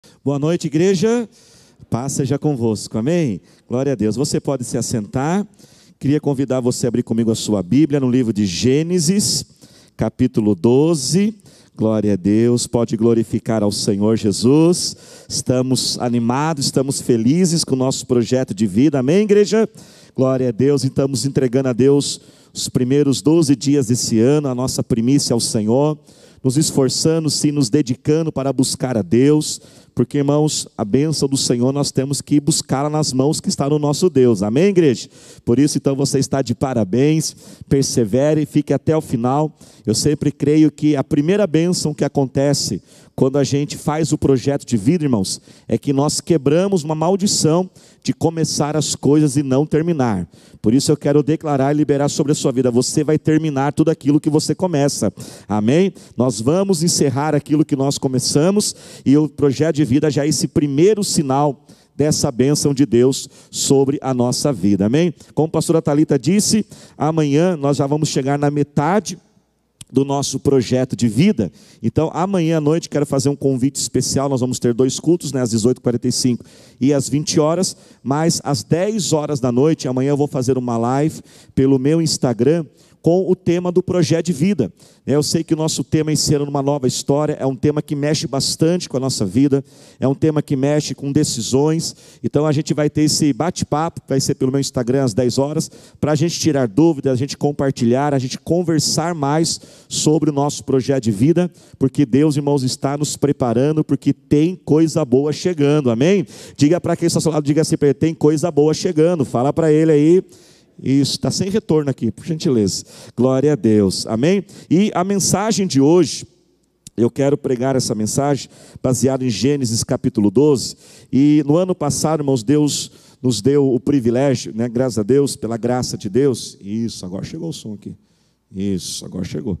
Boa noite, igreja. Paz seja convosco, amém? Glória a Deus. Você pode se assentar. Queria convidar você a abrir comigo a sua Bíblia no livro de Gênesis, capítulo 12. Glória a Deus, pode glorificar ao Senhor Jesus. Estamos animados, estamos felizes com o nosso projeto de vida, amém, igreja? Glória a Deus, e estamos entregando a Deus os primeiros 12 dias desse ano, a nossa primícia ao Senhor, nos esforçando, sim, nos dedicando para buscar a Deus, porque, irmãos, a bênção do Senhor nós temos que buscá-la nas mãos que está no nosso Deus, amém, igreja? Por isso, então, você está de parabéns, persevere, fique até o final. Eu sempre creio que a primeira bênção que acontece quando a gente faz o projeto de vida, irmãos, é que nós quebramos uma maldição de começar as coisas e não terminar. Por isso eu quero declarar e liberar sobre a sua vida: você vai terminar tudo aquilo que você começa, amém? Nós vamos encerrar aquilo que nós começamos, e o projeto de vida já é esse primeiro sinal dessa bênção de Deus sobre a nossa vida, amém? Como a pastora Thalita disse, amanhã nós já vamos chegar na metade do nosso projeto de vida. Então amanhã à noite quero fazer um convite especial. Nós vamos ter 2 cultos, às 18h45 e às 20 horas, mas às 10 horas da noite, amanhã eu vou fazer uma live pelo meu Instagram, com o tema do projeto de vida. Eu sei que o nosso tema em Ser uma Nova História é um tema que mexe bastante com a nossa vida, é um tema que mexe com decisões. Então a gente vai ter esse bate-papo, vai ser pelo meu Instagram às 10 horas, para a gente tirar dúvidas, a gente compartilhar, a gente conversar mais sobre o nosso projeto de vida, porque Deus, irmãos, está nos preparando, porque tem coisa boa chegando, amém? Diga para quem está ao seu lado, diga assim para ele: tem coisa boa chegando, fala para ele aí. Isso, está sem retorno aqui, por gentileza. Glória a Deus, amém? E a mensagem de hoje, eu quero pregar essa mensagem baseada em Gênesis capítulo 12. E no ano passado, irmãos, Deus nos deu o privilégio, graças a Deus, pela graça de Deus. Isso, agora chegou o som aqui. Isso, agora chegou.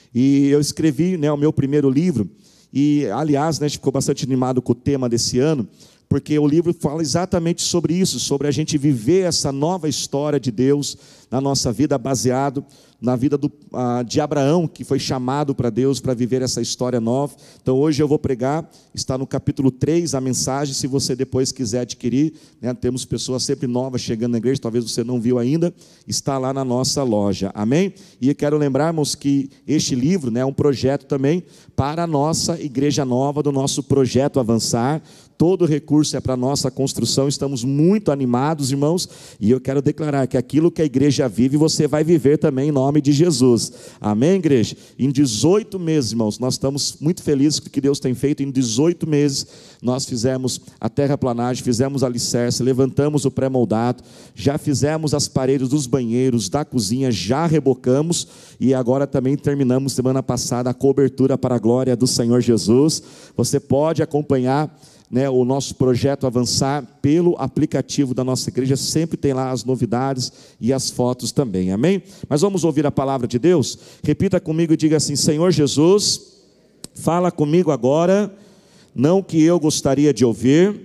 E eu escrevi, o meu primeiro livro. E, aliás, a gente ficou bastante animado com o tema desse ano, porque o livro fala exatamente sobre isso, sobre a gente viver essa nova história de Deus na nossa vida, baseado na vida de Abraão, que foi chamado para Deus para viver essa história nova. Então hoje eu vou pregar, está no capítulo 3 a mensagem, se você depois quiser adquirir, temos pessoas sempre novas chegando na igreja, talvez você não viu ainda, está lá na nossa loja, amém? E eu quero lembrarmos que este livro é um projeto também para a nossa igreja nova, do nosso projeto Avançar. Todo recurso é para a nossa construção. Estamos muito animados, irmãos, e eu quero declarar que aquilo que a igreja vive, você vai viver também em nome de Jesus, amém, igreja? Em 18 meses, irmãos, nós estamos muito felizes com o que Deus tem feito. Em 18 meses nós fizemos a terraplanagem, fizemos alicerce, levantamos o pré-moldado, já fizemos as paredes dos banheiros, da cozinha, já rebocamos, e agora também terminamos semana passada a cobertura para a glória do Senhor Jesus. Você pode acompanhar o nosso projeto Avançar pelo aplicativo da nossa igreja, sempre tem lá as novidades e as fotos também, amém? Mas vamos ouvir a palavra de Deus. Repita comigo e diga assim: Senhor Jesus, fala comigo agora, não o que eu gostaria de ouvir,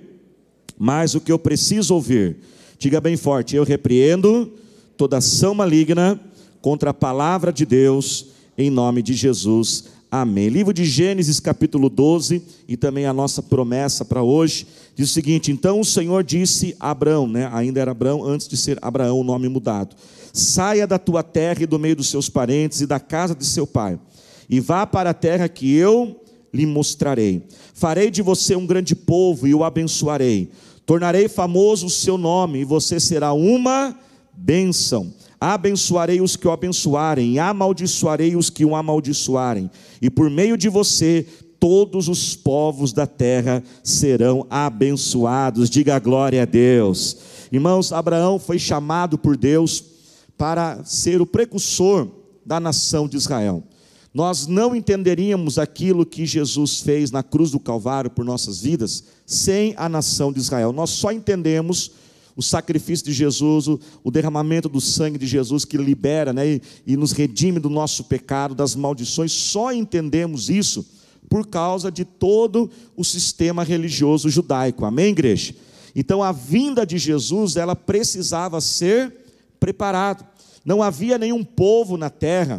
mas o que eu preciso ouvir. Diga bem forte: eu repreendo toda ação maligna contra a palavra de Deus, em nome de Jesus. Amém. Livro de Gênesis capítulo 12, e também a nossa promessa para hoje, diz o seguinte: então o Senhor disse a Abrão, ainda era Abrão antes de ser Abraão, o nome mudado: saia da tua terra e do meio dos seus parentes e da casa de seu pai, e vá para a terra que eu lhe mostrarei. Farei de você um grande povo e o abençoarei. Tornarei famoso o seu nome e você será uma bênção. Abençoarei os que o abençoarem, e amaldiçoarei os que o amaldiçoarem, e por meio de você todos os povos da terra serão abençoados. Diga glória a Deus. Irmãos, Abraão foi chamado por Deus para ser o precursor da nação de Israel. Nós não entenderíamos aquilo que Jesus fez na cruz do Calvário por nossas vidas sem a nação de Israel. Nós só entendemos o sacrifício de Jesus, o derramamento do sangue de Jesus que libera, e nos redime do nosso pecado, das maldições. Só entendemos isso por causa de todo o sistema religioso judaico, amém, igreja? Então a vinda de Jesus, ela precisava ser preparada. Não havia nenhum povo na terra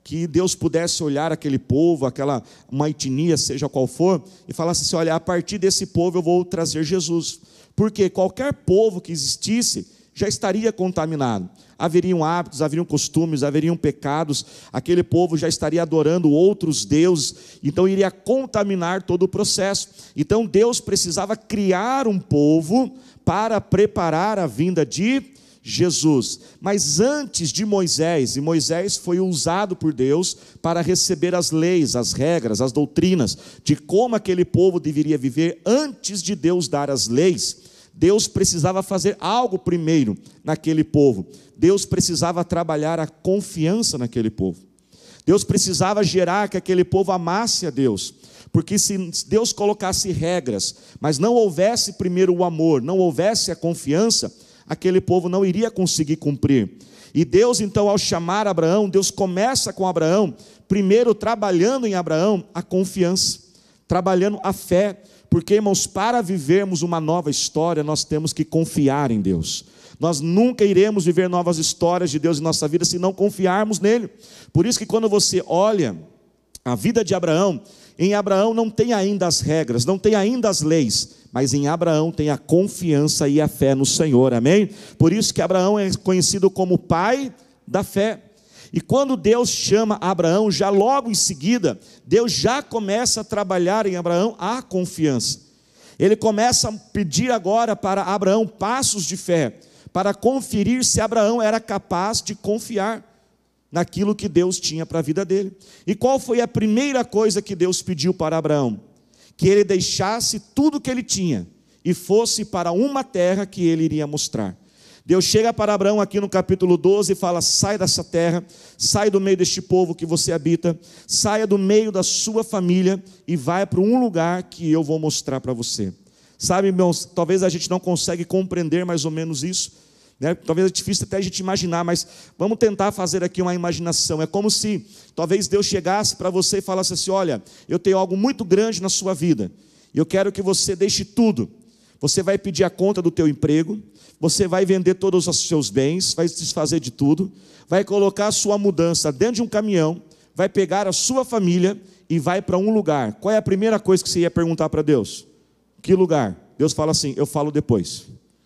que Deus pudesse olhar aquele povo, uma etnia, seja qual for, e falasse assim: olha, a partir desse povo eu vou trazer Jesus. Porque qualquer povo que existisse já estaria contaminado. Haveriam hábitos, haveriam costumes, haveriam pecados, aquele povo já estaria adorando outros deuses, então iria contaminar todo o processo. Então Deus precisava criar um povo para preparar a vinda de Jesus. Mas antes de Moisés, e Moisés foi usado por Deus para receber as leis, as regras, as doutrinas, de como aquele povo deveria viver. Antes de Deus dar as leis, Deus precisava fazer algo primeiro naquele povo. Deus precisava trabalhar a confiança naquele povo. Deus precisava gerar que aquele povo amasse a Deus. Porque se Deus colocasse regras, mas não houvesse primeiro o amor, não houvesse a confiança, aquele povo não iria conseguir cumprir. E Deus então, ao chamar Abraão, Deus começa com Abraão, primeiro trabalhando em Abraão a confiança, trabalhando a fé. Porque, irmãos, para vivermos uma nova história, nós temos que confiar em Deus. Nós nunca iremos viver novas histórias de Deus em nossa vida se não confiarmos nele. Por isso que quando você olha a vida de Abraão, em Abraão não tem ainda as regras, não tem ainda as leis, mas em Abraão tem a confiança e a fé no Senhor, amém? Por isso que Abraão é conhecido como pai da fé. E quando Deus chama Abraão, já logo em seguida, Deus já começa a trabalhar em Abraão a confiança. Ele começa a pedir agora para Abraão passos de fé, para conferir se Abraão era capaz de confiar naquilo que Deus tinha para a vida dele. E qual foi a primeira coisa que Deus pediu para Abraão? Que ele deixasse tudo que ele tinha e fosse para uma terra que ele iria mostrar. Deus chega para Abraão aqui no capítulo 12 e fala: sai dessa terra, sai do meio deste povo que você habita, saia do meio da sua família e vai para um lugar que eu vou mostrar para você. Sabe, irmãos, talvez a gente não consiga compreender mais ou menos isso, né? Talvez é difícil até a gente imaginar, mas vamos tentar fazer aqui uma imaginação. É como se talvez Deus chegasse para você e falasse assim: olha, eu tenho algo muito grande na sua vida, e eu quero que você deixe tudo. Você vai pedir a conta do teu emprego, você vai vender todos os seus bens, vai se desfazer de tudo, vai colocar a sua mudança dentro de um caminhão, vai pegar a sua família e vai para um lugar. Qual é a primeira coisa que você ia perguntar para Deus? Que lugar? Deus fala assim: eu falo depois.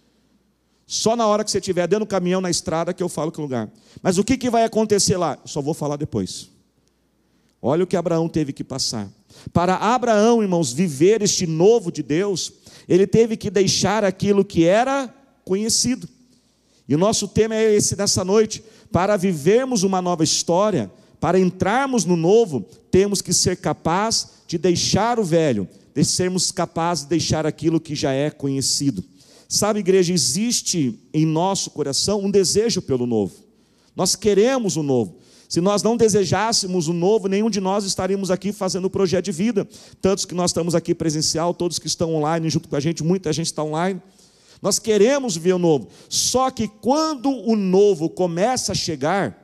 Só na hora que você estiver dentro do caminhão, na estrada, que eu falo que lugar. Mas o que vai acontecer lá? Eu só vou falar depois. Olha o que Abraão teve que passar. Para Abraão, irmãos, viver este novo de Deus, ele teve que deixar aquilo que era conhecido. E o nosso tema é esse nessa noite: para vivermos uma nova história, para entrarmos no novo, temos que ser capazes de deixar o velho, de sermos capazes de deixar aquilo que já é conhecido. Sabe, igreja, existe em nosso coração um desejo pelo novo. Nós queremos o novo. Se nós não desejássemos o novo, nenhum de nós estaríamos aqui fazendo o projeto de vida. Tantos que nós estamos aqui presencial, todos que estão online junto com a gente, muita gente está online. Nós queremos ver o novo. Só que quando o novo começa a chegar,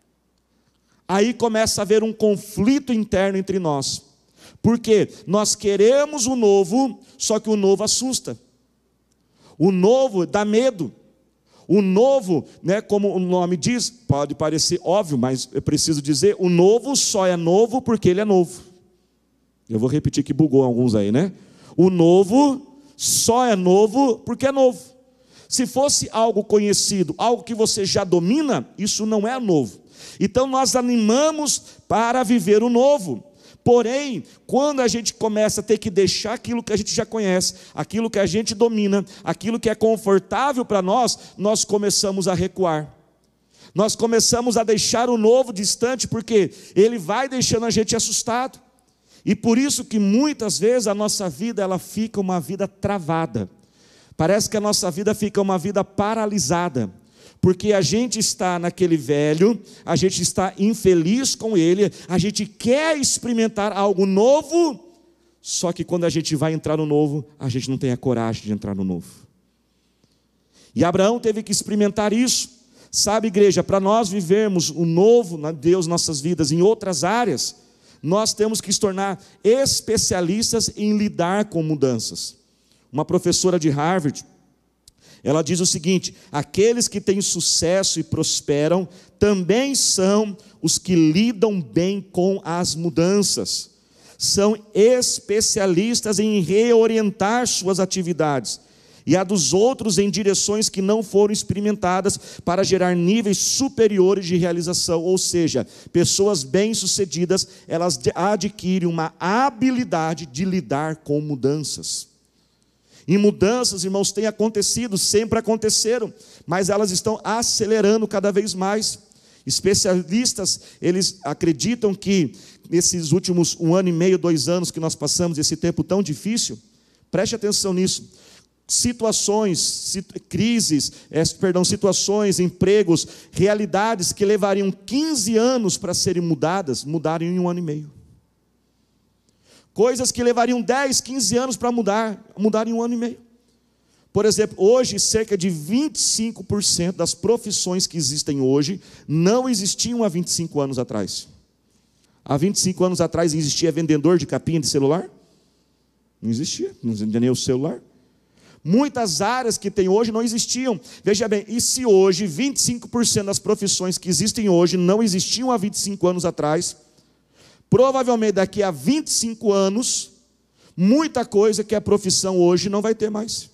aí começa a haver um conflito interno entre nós. Porque nós queremos o novo, só que o novo assusta. O novo dá medo. O novo, né, como o nome diz, pode parecer óbvio, mas eu preciso dizer, o novo só é novo porque ele é novo. Eu vou repetir que bugou alguns aí, né? O novo só é novo porque é novo. Se fosse algo conhecido, algo que você já domina, isso não é novo. Então nós animamos para viver o novo. Porém, quando a gente começa a ter que deixar aquilo que a gente já conhece, aquilo que a gente domina, aquilo que é confortável para nós, nós começamos a recuar. Nós começamos a deixar o novo distante, porque ele vai deixando a gente assustado. E por isso que muitas vezes a nossa vida ela fica uma vida travada. Parece que a nossa vida fica uma vida paralisada. Porque a gente está naquele velho, a gente está infeliz com ele, a gente quer experimentar algo novo, só que quando a gente vai entrar no novo, a gente não tem a coragem de entrar no novo. E Abraão teve que experimentar isso. Sabe, igreja, para nós vivermos o novo na Deus, nossas vidas, em outras áreas, nós temos que se tornar especialistas em lidar com mudanças. Uma professora de Harvard, Ela diz o seguinte: aqueles que têm sucesso e prosperam também são os que lidam bem com as mudanças. São especialistas em reorientar suas atividades e a dos outros em direções que não foram experimentadas, para gerar níveis superiores de realização. Ou seja, pessoas bem-sucedidas, elas adquirem uma habilidade de lidar com mudanças. E mudanças, irmãos, têm acontecido, sempre aconteceram, mas elas estão acelerando cada vez mais. Especialistas, eles acreditam que nesses últimos 1 ano e meio, 2 anos que nós passamos, esse tempo tão difícil, preste atenção nisso, situações, crises, situações, empregos, realidades que levariam 15 anos para serem mudadas, mudaram em 1 ano e meio. Coisas que levariam 10, 15 anos para mudaram em 1 ano e meio. Por exemplo, hoje cerca de 25% das profissões que existem hoje não existiam há 25 anos atrás. Há 25 anos atrás existia vendedor de capinha de celular? Não existia, não existia nem o celular. Muitas áreas que tem hoje não existiam. Veja bem, e se hoje 25% das profissões que existem hoje não existiam há 25 anos atrás, provavelmente daqui a 25 anos, muita coisa que é profissão hoje não vai ter mais.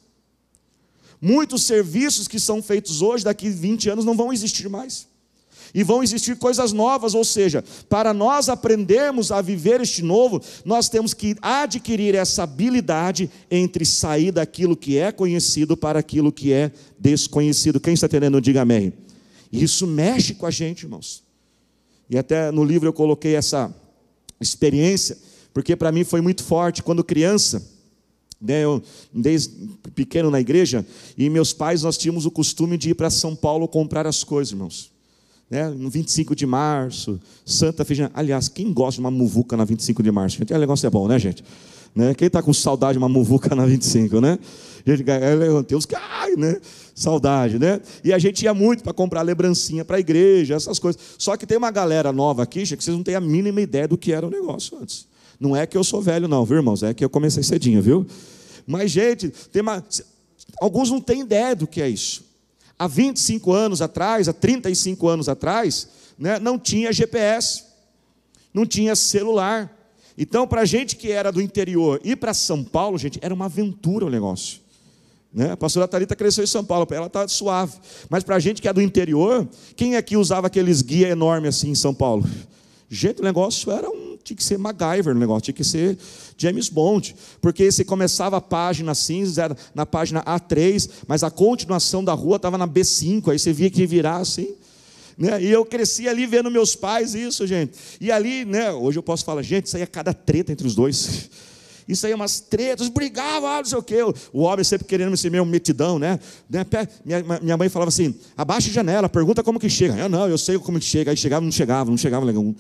Muitos serviços que são feitos hoje, daqui a 20 anos não vão existir mais. E vão existir coisas novas, ou seja, para nós aprendermos a viver este novo, nós temos que adquirir essa habilidade entre sair daquilo que é conhecido para aquilo que é desconhecido. Quem está entendendo, diga amém. E isso mexe com a gente, irmãos. E até no livro eu coloquei essa experiência, porque para mim foi muito forte. Quando criança, eu desde pequeno na igreja, e meus pais, nós tínhamos o costume de ir para São Paulo comprar as coisas, irmãos. No 25 de março, Santa Efigênia. Aliás, quem gosta de uma muvuca na 25 de março? Gente, o negócio é bom, né, gente? Quem está com saudade de uma muvuca na 25, né? Gente, tem uns que, saudade, né? E a gente ia muito para comprar lembrancinha para a igreja, essas coisas. Só que tem uma galera nova aqui, gente, que vocês não têm a mínima ideia do que era o negócio antes. Não é que eu sou velho não, viu, irmãos? É que eu comecei cedinho, viu? Mas, gente, alguns não têm ideia do que é isso. Há 25 anos atrás, há 35 anos atrás, não tinha GPS, não tinha celular. Então, para a gente que era do interior, ir para São Paulo, gente, era uma aventura o negócio. A pastora Thalita cresceu em São Paulo, ela está suave. Mas para a gente que é do interior, quem aqui usava aqueles guia enormes assim em São Paulo? Gente, o negócio tinha que ser MacGyver, o negócio tinha que ser James Bond, porque você começava a página assim, era na página A3, mas a continuação da rua estava na B5, aí você via que virar assim, e eu cresci ali vendo meus pais isso, gente, e ali, hoje eu posso falar, gente, isso aí é cada treta entre os dois, isso aí é umas tretas, brigavam, não sei o quê, o homem sempre querendo ser meio metidão, minha mãe falava assim, abaixa a janela, pergunta como que chega, eu sei como que chega, aí chegava, não chegava legal,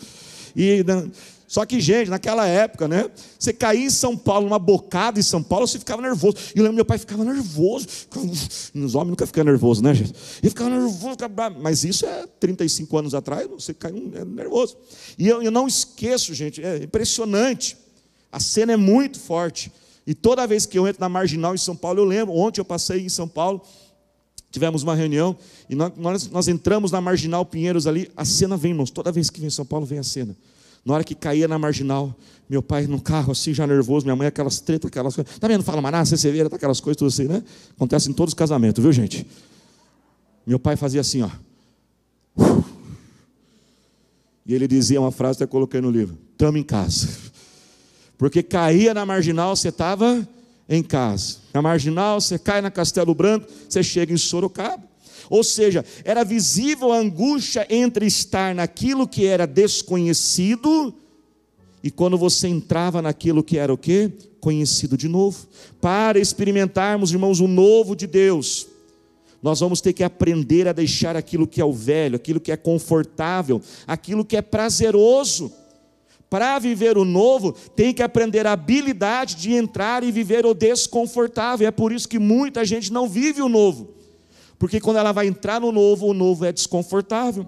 só que, gente, naquela época, você caía em São Paulo, numa bocada em São Paulo, você ficava nervoso. E eu lembro, meu pai ficava nervoso. Os homens nunca ficam nervosos, né, gente? Ele ficava nervoso, mas isso é 35 anos atrás, você cai nervoso. E eu não esqueço, gente, é impressionante. A cena é muito forte. E toda vez que eu entro na Marginal em São Paulo, eu lembro, ontem eu passei em São Paulo, tivemos uma reunião, e nós entramos na Marginal Pinheiros ali, a cena vem, irmãos, toda vez que vem em São Paulo, vem a cena. Na hora que caía na Marginal, meu pai no carro assim, já nervoso, minha mãe aquelas tretas, aquelas coisas, tá vendo, não fala mais nada, você vê, aquelas coisas, tudo assim, acontece em todos os casamentos, viu, gente? Meu pai fazia assim, ó. E ele dizia uma frase que eu coloquei no livro, estamos em casa. Porque caía na Marginal, você estava em casa. Na Marginal, você cai na Castelo Branco, você chega em Sorocaba. Ou seja, era visível a angústia entre estar naquilo que era desconhecido e quando você entrava naquilo que era o quê? Conhecido de novo. Para experimentarmos, irmãos, o novo de Deus, nós vamos ter que aprender a deixar aquilo que é o velho, aquilo que é confortável, aquilo que é prazeroso. Para viver o novo, tem que aprender a habilidade de entrar e viver o desconfortável. É por isso que muita gente não vive o novo. Porque quando ela vai entrar no novo, o novo é desconfortável.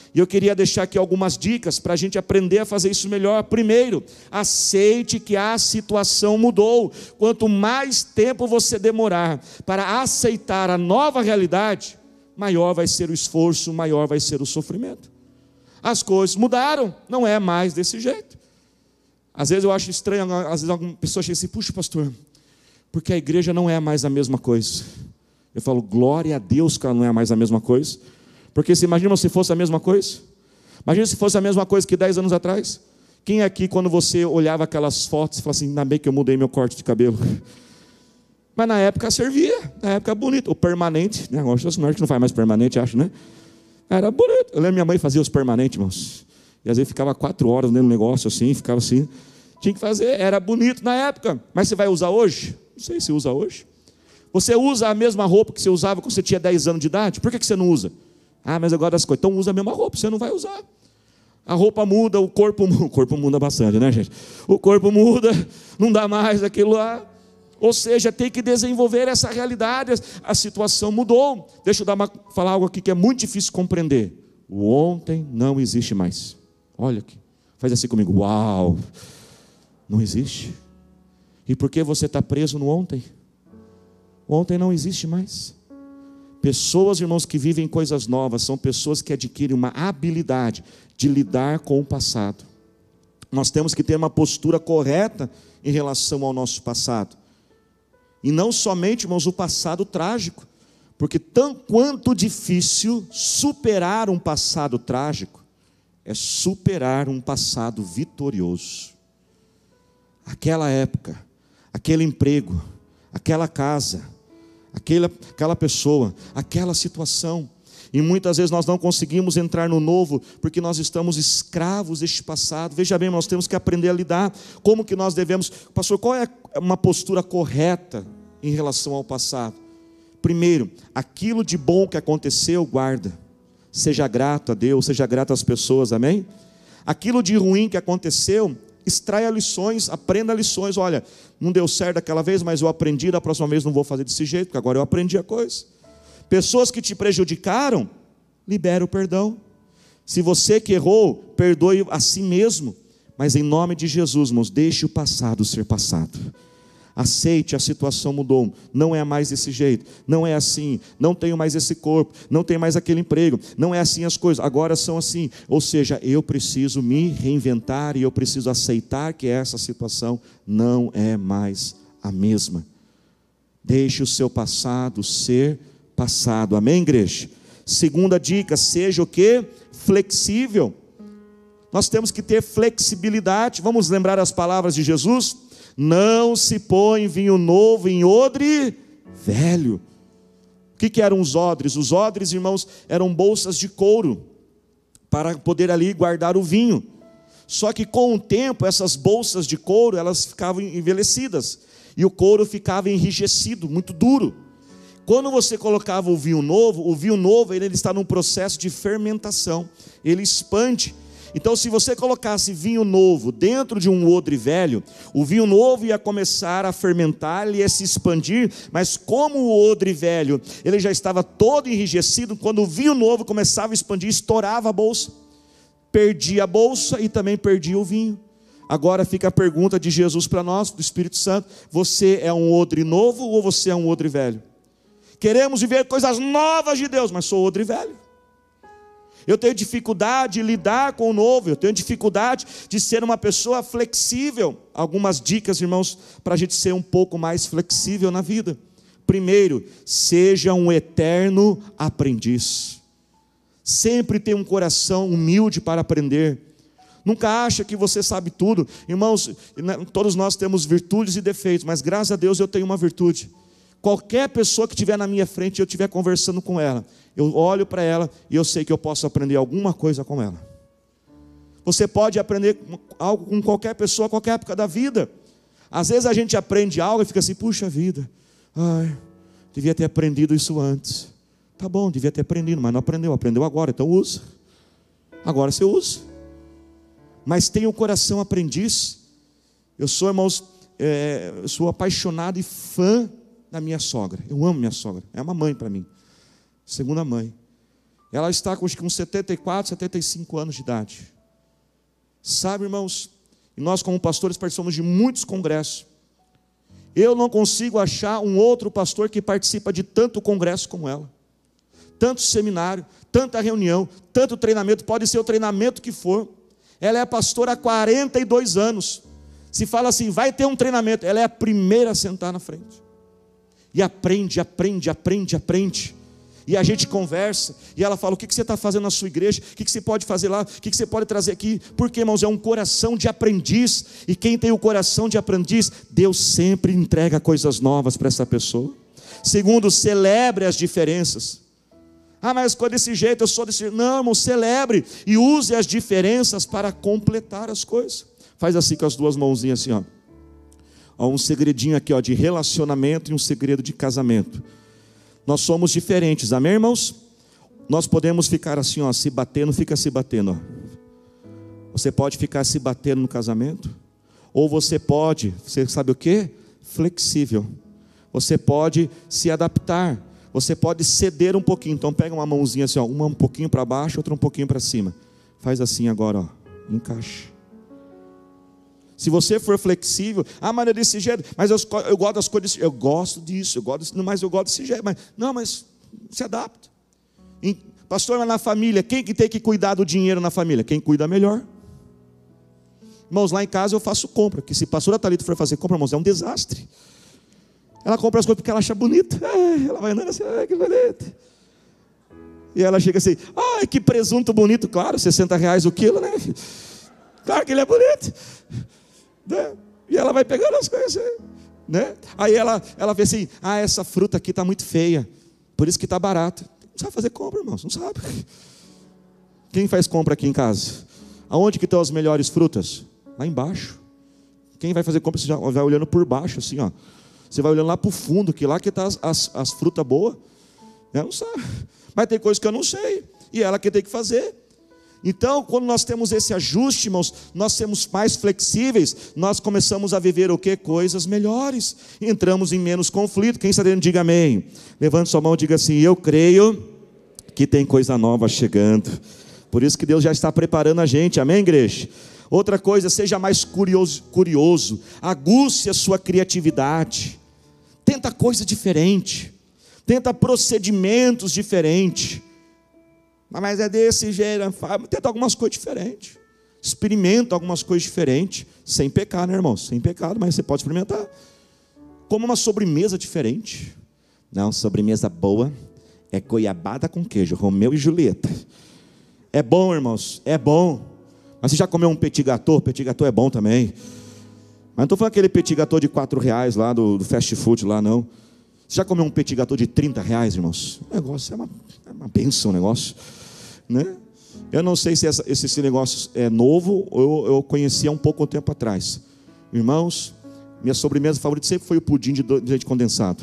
E eu queria deixar aqui algumas dicas para a gente aprender a fazer isso melhor. Primeiro, aceite que a situação mudou. Quanto mais tempo você demorar para aceitar a nova realidade, maior vai ser o esforço, maior vai ser o sofrimento. As coisas mudaram, não é mais desse jeito. Às vezes eu acho estranho, às vezes alguma pessoa chega assim, puxa pastor, porque a igreja não é mais a mesma coisa. Eu falo, glória a Deus que ela não é mais a mesma coisa. Porque se imagina se fosse a mesma coisa. Imagina se fosse a mesma coisa que 10 anos atrás. Quem aqui, quando você olhava aquelas fotos, e falava assim, ainda bem que eu mudei meu corte de cabelo. Mas na época servia, na época bonito. O permanente, né? Hoje a gente não faz mais permanente, acho, né? Era bonito. Eu lembro minha mãe fazia os permanentes, irmãos. E às vezes ficava 4 horas dentro do negócio assim, ficava assim. Tinha que fazer, era bonito na época. Mas você vai usar hoje? Não sei se usa hoje. Você usa a mesma roupa que você usava quando você tinha 10 anos de idade? Por que você não usa? Ah, mas agora das coisas. Então usa a mesma roupa, você não vai usar. A roupa muda, o corpo muda bastante, né, gente? O corpo muda, não dá mais aquilo lá. Ou seja, tem que desenvolver essa realidade. A situação mudou. Deixa eu falar algo aqui que é muito difícil compreender. O ontem não existe mais. Olha aqui, faz assim comigo. Uau, não existe. E por que você está preso no ontem? O ontem não existe mais. Pessoas, irmãos, que vivem coisas novas, são pessoas que adquirem uma habilidade de lidar com o passado. Nós temos que ter uma postura correta em relação ao nosso passado. E não somente, irmãos, o passado trágico, porque tanto quanto difícil superar um passado trágico, é superar um passado vitorioso. Aquela época, aquele emprego, aquela casa, aquela pessoa, aquela situação. E muitas vezes nós não conseguimos entrar no novo, porque nós estamos escravos deste passado. Veja bem, nós temos que aprender a lidar. Como que nós devemos, pastor, qual é uma postura correta em relação ao passado? Primeiro, aquilo de bom que aconteceu, guarda. Seja grato a Deus, seja grato às pessoas, amém? Aquilo de ruim que aconteceu, extraia lições, aprenda lições. Olha, não deu certo daquela vez, mas eu aprendi, da próxima vez não vou fazer desse jeito, porque agora eu aprendi a coisa. Pessoas que te prejudicaram, libera o perdão. Se você que errou, perdoe a si mesmo. Mas em nome de Jesus, irmãos, deixe o passado ser passado. Aceite, a situação mudou, não é mais desse jeito, não é assim, não tenho mais esse corpo, não tenho mais aquele emprego, não é assim as coisas, agora são assim. Ou seja, eu preciso me reinventar e eu preciso aceitar que essa situação não é mais a mesma. Deixe o seu passado ser passado, amém, igreja? Segunda dica, seja o que? Flexível. Nós temos que ter flexibilidade. Vamos lembrar as palavras de Jesus? Não se põe vinho novo em odre velho. O que eram os odres? Os odres, irmãos, eram bolsas de couro, para poder ali guardar o vinho. Só que com o tempo, essas bolsas de couro, elas ficavam envelhecidas, e o couro ficava enrijecido, muito duro. Quando você colocava o vinho novo, ele está num processo de fermentação, ele expande. Então, se você colocasse vinho novo dentro de um odre velho, o vinho novo ia começar a fermentar, ele ia se expandir, mas como o odre velho, ele já estava todo enrijecido, quando o vinho novo começava a expandir, estourava a bolsa, perdia a bolsa e também perdia o vinho. Agora fica a pergunta de Jesus para nós, do Espírito Santo: você é um odre novo ou você é um odre velho? Queremos viver coisas novas de Deus, mas sou odre velho. Eu tenho dificuldade de lidar com o novo, eu tenho dificuldade de ser uma pessoa flexível. Algumas dicas, irmãos, para a gente ser um pouco mais flexível na vida. Primeiro, seja um eterno aprendiz. Sempre tenha um coração humilde para aprender. Nunca acha que você sabe tudo. Irmãos, todos nós temos virtudes e defeitos, mas graças a Deus eu tenho uma virtude. Qualquer pessoa que estiver na minha frente e eu estiver conversando com ela, eu olho para ela e eu sei que eu posso aprender alguma coisa com ela. Você pode aprender algo com qualquer pessoa, a qualquer época da vida. Às vezes a gente aprende algo e fica assim, puxa vida, devia ter aprendido isso antes. Tá bom, devia ter aprendido, mas não aprendeu, aprendeu agora, então usa. Agora você usa. Mas tenha um coração aprendiz. Eu sou, irmãos, eu sou apaixonado e fã da minha sogra. Eu amo minha sogra, é uma mãe para mim, segunda mãe. Ela está com 74, 75 anos de idade. Sabe, irmãos, e nós como pastores participamos de muitos congressos. Eu não consigo achar um outro pastor que participa de tanto congresso como ela. Tanto seminário, tanta reunião, tanto treinamento, pode ser o treinamento que for. Ela é pastora há 42 anos. Se fala assim, vai ter um treinamento, ela é a primeira a sentar na frente. E aprende. E a gente conversa, e ela fala, o que você está fazendo na sua igreja? O que você pode fazer lá? O que você pode trazer aqui? Porque, irmãos, é um coração de aprendiz. E quem tem o coração de aprendiz, Deus sempre entrega coisas novas para essa pessoa. Segundo, celebre as diferenças. Ah, mas ficou desse jeito, eu sou desse jeito. Não, irmão, celebre e use as diferenças para completar as coisas. Faz assim com as duas mãozinhas assim, ó. Ó, um segredinho aqui, ó, de relacionamento e um segredo de casamento. Nós somos diferentes, amém, irmãos? Nós podemos ficar assim, ó, se batendo, fica se batendo, ó. Você pode ficar se batendo no casamento, ou você sabe o que? Flexível. Você pode se adaptar, você pode ceder um pouquinho. Então pega uma mãozinha assim, ó, uma um pouquinho para baixo, outra um pouquinho para cima. Faz assim agora, ó, encaixe. Se você for flexível, mas é desse jeito, mas eu gosto das coisas, eu gosto disso, mas eu gosto desse jeito, mas se adapta. Pastor, mas na família, quem que tem que cuidar do dinheiro na família? Quem cuida melhor. Irmãos, lá em casa eu faço compra, que se a pastora Thalita for fazer compra, irmãos, é um desastre. Ela compra as coisas porque ela acha bonita, ela vai andando assim, que bonito. E ela chega assim, que presunto bonito, claro, R$60 o quilo, né? Claro que ele é bonito. Né? E ela vai pegando as coisas, né? Aí ela vê assim, essa fruta aqui está muito feia, por isso que está barata. Não sabe fazer compra, irmãos, não sabe. Quem faz compra aqui em casa? Aonde que estão as melhores frutas? Lá embaixo. Quem vai fazer compra, você já vai olhando por baixo, assim, ó. Você vai olhando lá para o fundo, que lá que está as frutas boas. Ela não sabe. Mas tem coisas que eu não sei, e ela que tem que fazer. Então, quando nós temos esse ajuste, irmãos, nós somos mais flexíveis, nós começamos a viver o quê? Coisas melhores, entramos em menos conflito. Quem está dentro, diga amém. Levante sua mão e diga assim, eu creio que tem coisa nova chegando. Por isso que Deus já está preparando a gente, amém, igreja? Outra coisa, seja mais curioso, aguce a sua criatividade, tenta coisa diferente, tenta procedimentos diferentes. Mas é desse jeito, tenta algumas coisas diferentes. Experimenta algumas coisas diferentes, sem pecar, né, irmão? Sem pecado, mas você pode experimentar. Como uma sobremesa diferente. Não, sobremesa boa é goiabada com queijo, Romeu e Julieta. É bom, irmãos, é bom. Mas você já comeu um petit gâteau? Petit gâteau é bom também. Mas não estou falando aquele petit gâteau de R$4 lá do fast food lá, não. Você já comeu um petit gâteau de R$30, irmãos? O negócio é uma bênção, o negócio, né? Eu não sei se esse negócio é novo ou eu conhecia um pouco tempo atrás. Irmãos, minha sobremesa favorita sempre foi o pudim de leite condensado.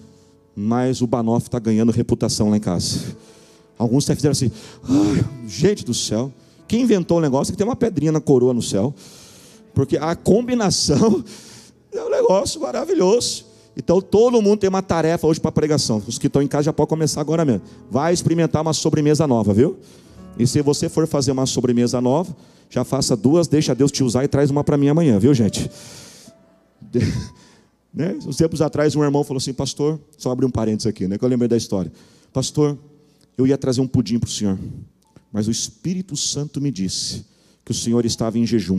Mas o banoffee está ganhando reputação lá em casa. Alguns até fizeram assim, gente do céu, quem inventou o negócio que tem uma pedrinha na coroa no céu? Porque a combinação é um negócio maravilhoso. Então todo mundo tem uma tarefa hoje para pregação. Os que estão em casa já podem começar agora mesmo. Vai experimentar uma sobremesa nova, viu? E se você for fazer uma sobremesa nova, já faça 2, deixa Deus te usar e traz uma para mim amanhã, viu, gente? Né? Uns tempos atrás um irmão falou assim, pastor, só abrir um parênteses aqui, né, que eu lembrei da história. Pastor, eu ia trazer um pudim para o senhor, mas o Espírito Santo me disse que o senhor estava em jejum.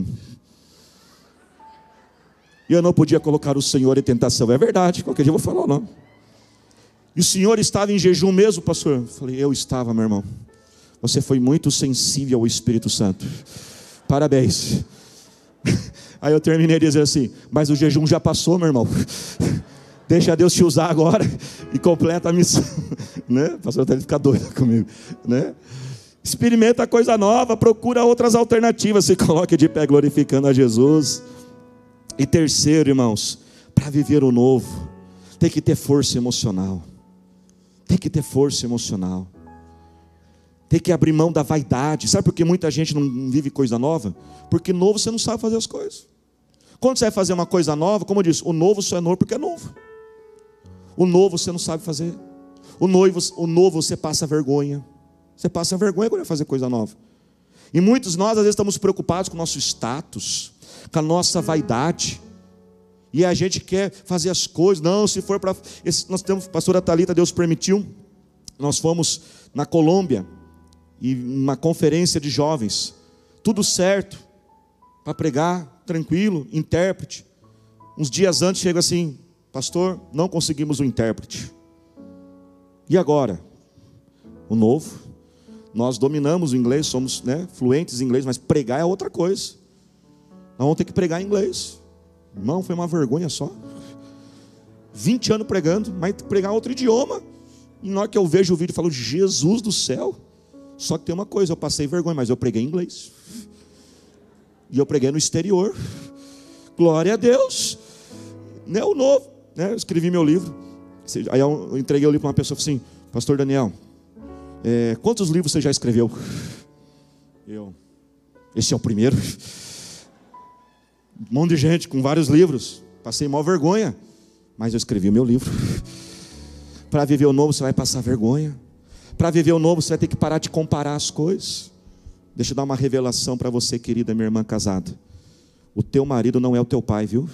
E eu não podia colocar o Senhor em tentação. É verdade, qualquer dia eu vou falar o nome. E o senhor estava em jejum mesmo, pastor? Eu falei, eu estava, meu irmão. Você foi muito sensível ao Espírito Santo. Parabéns. Aí eu terminei dizendo assim, mas o jejum já passou, meu irmão. Deixa Deus te usar agora e completa a missão. Né? O pastor deve ficar doido comigo, né? Experimenta coisa nova, procura outras alternativas. Se coloque de pé glorificando a Jesus. E terceiro, irmãos, para viver o novo, tem que ter força emocional. Tem que ter força emocional. Tem que abrir mão da vaidade. Sabe por que muita gente não vive coisa nova? Porque novo você não sabe fazer as coisas. Quando você vai fazer uma coisa nova, como eu disse, o novo só é novo porque é novo. O novo você não sabe fazer. O novo você passa vergonha. Você passa vergonha quando vai fazer coisa nova. E muitos de nós, às vezes, estamos preocupados com o nosso status, com a nossa vaidade. E a gente quer fazer as coisas. Não, se for para... Nós temos, a pastora Thalita, Deus permitiu, nós fomos na Colômbia, e uma conferência de jovens, tudo certo, para pregar, tranquilo, intérprete. Uns dias antes chega assim: pastor, não conseguimos um intérprete. E agora? O novo. Nós dominamos o inglês, somos, fluentes em inglês, mas pregar é outra coisa. Nós vamos ter que pregar em inglês. Irmão, foi uma vergonha só. 20 anos pregando, mas pregar outro idioma. E na hora que eu vejo o vídeo, eu falo: Jesus do céu. Só que tem uma coisa, eu passei vergonha, mas eu preguei em inglês. E eu preguei no exterior. Glória a Deus. O novo, eu escrevi meu livro. Aí eu entreguei o livro para uma pessoa e falei assim: pastor Daniel, quantos livros você já escreveu? Esse é o primeiro. Um monte de gente com vários livros. Passei maior vergonha, mas eu escrevi o meu livro. Para viver o novo você vai passar vergonha. Para viver o novo você vai ter que parar de comparar as coisas. Deixa eu dar uma revelação para você, querida minha irmã casada. O teu marido não é o teu pai, viu?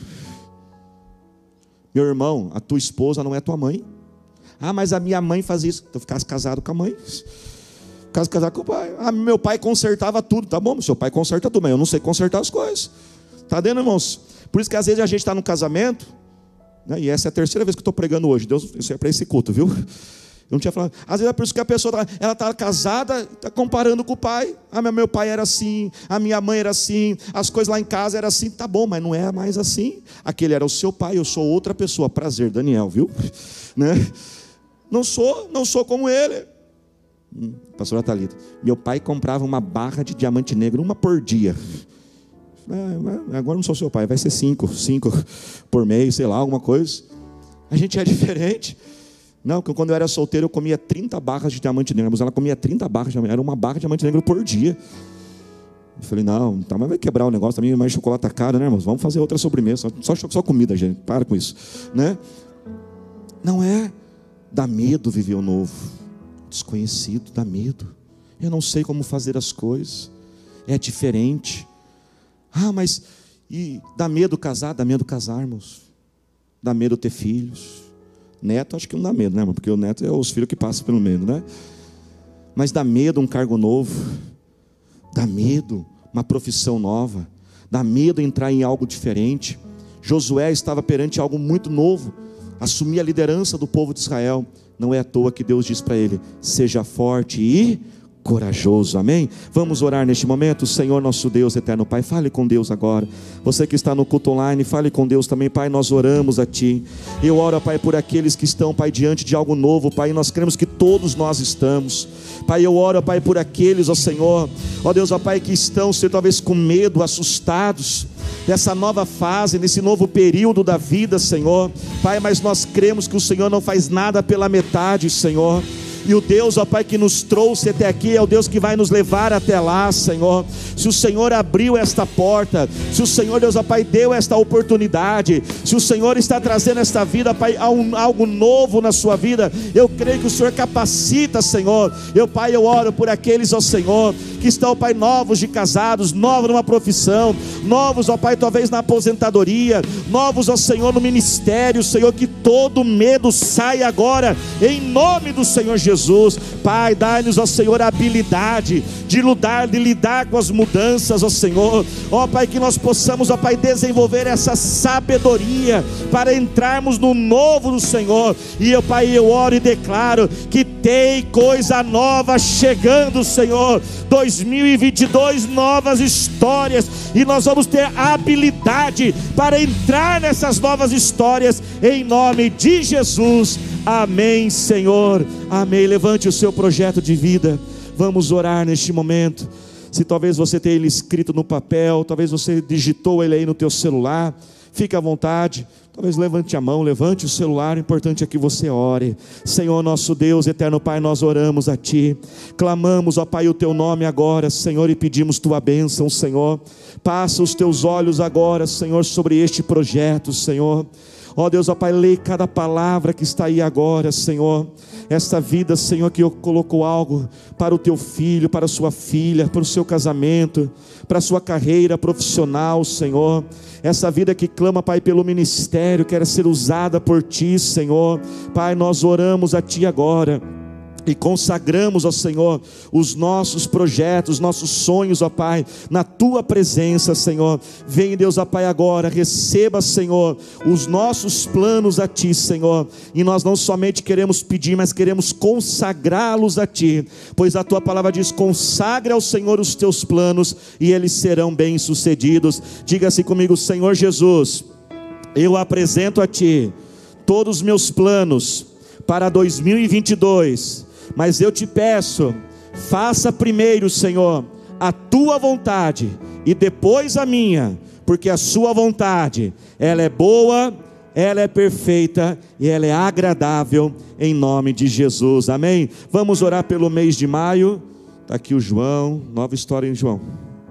Meu irmão, a tua esposa não é tua mãe. Ah, mas a minha mãe fazia isso. Então ficasse casado com a mãe, ficasse casado com o pai. Ah, meu pai consertava tudo. Tá bom, seu pai conserta tudo, mas eu não sei consertar as coisas. Está vendo, irmãos? Por isso que às vezes a gente está no casamento, e essa é a terceira vez que eu estou pregando hoje. Deus, isso é para esse culto, viu? Eu não tinha falado. Às vezes é por isso que a pessoa ela está casada, está comparando com o pai. Ah, meu pai era assim, a minha mãe era assim, as coisas lá em casa eram assim. Tá bom, mas não é mais assim. Aquele era o seu pai, eu sou outra pessoa. Prazer, Daniel, viu? Não sou como ele. Pastora Thalita, meu pai comprava uma barra de diamante negro, uma por dia. Agora não sou seu pai, vai ser 5 por mês, sei lá, alguma coisa. A gente é diferente. Não, porque quando eu era solteiro eu comia 30 barras de diamante negro, mas ela comia 30 barras, era uma barra de diamante negro por dia. Eu falei: não, tá, mas vai quebrar o negócio também, mais chocolate tá caro, né, irmãos? Vamos fazer outra sobremesa, só comida, gente, para com isso, Não é, dá medo viver o novo, desconhecido, dá medo. Eu não sei como fazer as coisas, é diferente. Ah, mas e dá medo casar, irmãos. Dá medo ter filhos. Neto, acho que não dá medo, irmão? Porque o neto é os filhos que passam pelo medo, Mas dá medo um cargo novo. Dá medo uma profissão nova. Dá medo entrar em algo diferente. Josué estava perante algo muito novo. Assumir a liderança do povo de Israel. Não é à toa que Deus diz para ele: seja forte e corajoso, amém? Vamos orar neste momento. Senhor nosso Deus, eterno Pai, fale com Deus agora. Você que está no culto online, fale com Deus também, Pai. Nós oramos a Ti. Eu oro, Pai, por aqueles que estão, Pai, diante de algo novo, Pai, e nós cremos que todos nós estamos, Pai. Eu oro, Pai, por aqueles, ó Senhor, ó Deus, ó Pai, que estão, Senhor, talvez com medo, assustados dessa nova fase, nesse novo período da vida, Senhor, Pai, mas nós cremos que o Senhor não faz nada pela metade, Senhor. E o Deus, ó Pai, que nos trouxe até aqui é o Deus que vai nos levar até lá, Senhor. Se o Senhor abriu esta porta, se o Senhor, Deus, ó Pai, deu esta oportunidade, se o Senhor está trazendo esta vida, Pai, algo novo na sua vida, eu creio que o Senhor capacita, Senhor. Pai, eu oro por aqueles, ó Senhor, que estão, Pai, novos de casados, novos numa profissão, novos, ó Pai, talvez na aposentadoria, novos, ó Senhor, no ministério, Senhor, que todo medo saia agora, em nome do Senhor Jesus. Pai, dai-nos, ó Senhor, a habilidade de lidar com as mudanças, ó Senhor, ó Pai, que nós possamos, ó Pai, desenvolver essa sabedoria para entrarmos no novo do Senhor. E Pai, eu oro e declaro que tem coisa nova chegando, Senhor. 2022, novas histórias, e nós vamos ter habilidade para entrar nessas novas histórias, em nome de Jesus. Amém, Senhor, amém. Levante o seu projeto de vida. Vamos orar neste momento. Se talvez você tenha ele escrito no papel, talvez você digitou ele aí no teu celular, fique à vontade. Talvez levante a mão, levante o celular. O importante é que você ore. Senhor nosso Deus, eterno Pai, nós oramos a Ti, clamamos, ó Pai, o Teu nome agora, Senhor, e pedimos Tua bênção, Senhor. Passa os Teus olhos agora, Senhor, sobre este projeto, Senhor. Ó Deus, ó Pai, lê cada palavra que está aí agora, Senhor. Esta vida, Senhor, que colocou algo para o teu filho, para a sua filha, para o seu casamento, para a sua carreira profissional, Senhor. Essa vida que clama, Pai, pelo ministério, quer ser usada por Ti, Senhor. Pai, nós oramos a Ti agora e consagramos, ó Senhor, os nossos projetos, nossos sonhos, ó Pai, na Tua presença, Senhor. Vem, Deus, ó Pai, agora, receba, Senhor, os nossos planos a Ti, Senhor. E nós não somente queremos pedir, mas queremos consagrá-los a Ti, pois a Tua palavra diz: consagra ao Senhor os Teus planos e eles serão bem-sucedidos. Diga-se comigo: Senhor Jesus, eu apresento a Ti todos os meus planos para 2022, mas eu te peço, faça primeiro, Senhor, a Tua vontade e depois a minha, porque a Sua vontade, ela é boa, ela é perfeita e ela é agradável, em nome de Jesus, amém? Vamos orar pelo mês de maio. Está aqui o João, nova história, hein, João?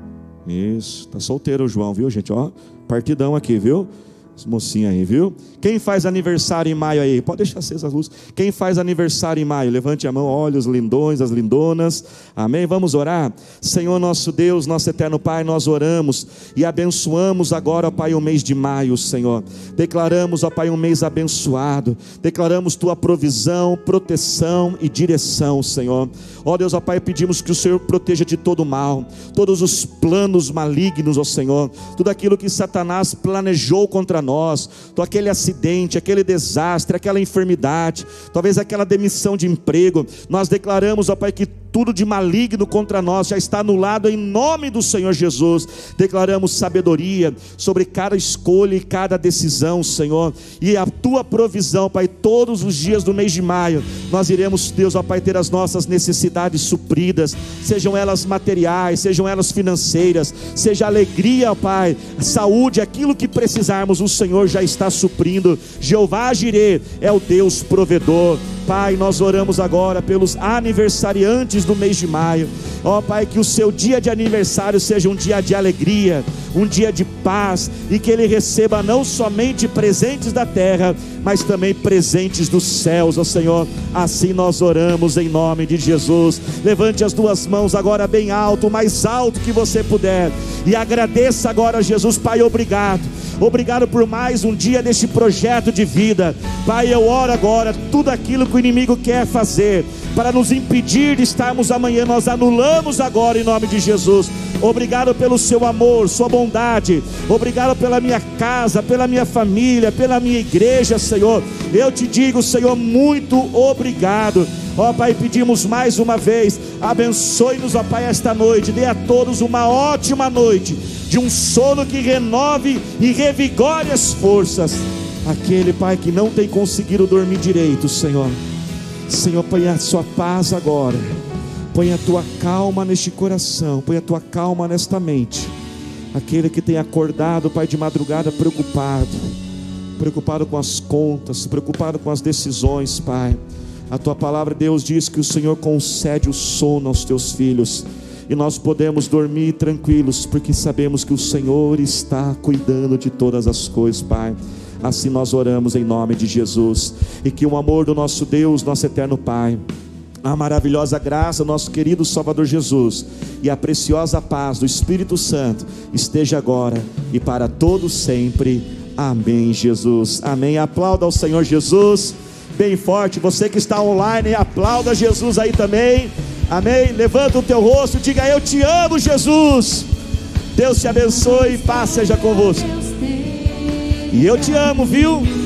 Isso, está solteiro o João, viu, gente? Ó, partidão aqui, viu? As mocinhas aí, viu? Quem faz aniversário em maio aí? Pode deixar acesa a luz. Quem faz aniversário em maio? Levante a mão, olha os lindões, as lindonas. Amém? Vamos orar? Senhor nosso Deus, nosso eterno Pai, nós oramos e abençoamos agora, ó Pai, o mês de maio, Senhor. Declaramos, ó Pai, um mês abençoado. Declaramos Tua provisão, proteção e direção, Senhor. Ó Deus, ó Pai, pedimos que o Senhor proteja de todo mal, todos os planos malignos, ó Senhor, tudo aquilo que Satanás planejou contra nós, aquele acidente, aquele desastre, aquela enfermidade, talvez aquela demissão de emprego, nós declaramos, ó Pai, que tudo de maligno contra nós já está anulado em nome do Senhor Jesus. Declaramos sabedoria sobre cada escolha e cada decisão, Senhor, e a Tua provisão, Pai, todos os dias do mês de maio, nós iremos, Deus, ó Pai, ter as nossas necessidades supridas, sejam elas materiais, sejam elas financeiras, seja alegria, ó Pai, saúde, aquilo que precisarmos, o Senhor já está suprindo. Jeová Jirê é o Deus provedor. Pai, nós oramos agora pelos aniversariantes do mês de maio. Ó Pai, que o seu dia de aniversário seja um dia de alegria, um dia de paz, e que ele receba não somente presentes da terra, mas também presentes dos céus, ó Senhor. Assim nós oramos em nome de Jesus. Levante as duas mãos agora bem alto, o mais alto que você puder, e agradeça agora a Jesus. Pai, obrigado. Obrigado por mais um dia deste projeto de vida. Pai, eu oro agora, tudo aquilo que o inimigo quer fazer para nos impedir de estarmos amanhã, nós anulamos agora em nome de Jesus. Obrigado pelo seu amor, sua bondade. Obrigado pela minha casa, pela minha família, pela minha igreja, Senhor. Eu te digo, Senhor, muito obrigado. Ó Pai, pedimos mais uma vez, abençoe-nos, ó Pai, esta noite. Dê a todos uma ótima noite, de um sono que renove e revigore as forças. Aquele, Pai, que não tem conseguido dormir direito, Senhor, põe a sua paz agora, põe a tua calma neste coração, põe a tua calma nesta mente. Aquele que tem acordado, Pai, de madrugada preocupado com as contas, preocupado com as decisões, Pai, a tua palavra, Deus, diz que o Senhor concede o sono aos teus filhos, e nós podemos dormir tranquilos, porque sabemos que o Senhor está cuidando de todas as coisas, Pai. Assim nós oramos em nome de Jesus, e que o amor do nosso Deus, nosso eterno Pai, a maravilhosa graça do nosso querido Salvador Jesus, e a preciosa paz do Espírito Santo esteja agora e para todos sempre. Amém, Jesus. Amém. Aplauda ao Senhor Jesus bem forte. Você que está online, aplauda Jesus aí também. Amém. Levanta o teu rosto, diga: eu te amo, Jesus. Deus te abençoe e paz seja convosco. E eu te amo, viu?